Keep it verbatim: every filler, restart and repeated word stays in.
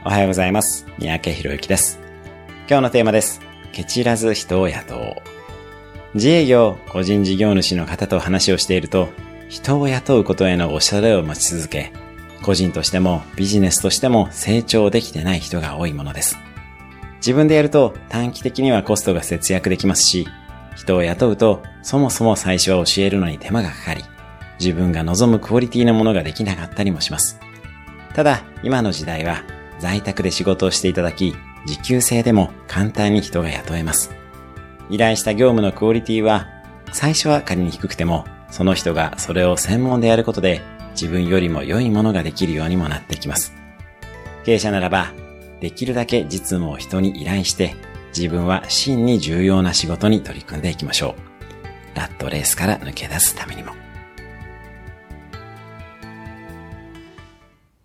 おはようございます。三宅博之です。今日のテーマです。ケチらず人を雇おう。自営業、個人事業主の方と話をしていると、人を雇うことへの恐れを持ち続け、個人としてもビジネスとしても成長できてない人が多いものです。自分でやると短期的にはコストが節約できますし、人を雇うとそもそも最初は教えるのに手間がかかり、自分が望むクオリティのものができなかったりもします。ただ、今の時代は在宅で仕事をしていただき、時給制でも簡単に人が雇えます。依頼した業務のクオリティは、最初は仮に低くても、その人がそれを専門でやることで、自分よりも良いものができるようにもなってきます。経営者ならば、できるだけ実務を人に依頼して、自分は真に重要な仕事に取り組んでいきましょう。ラットレースから抜け出すためにも。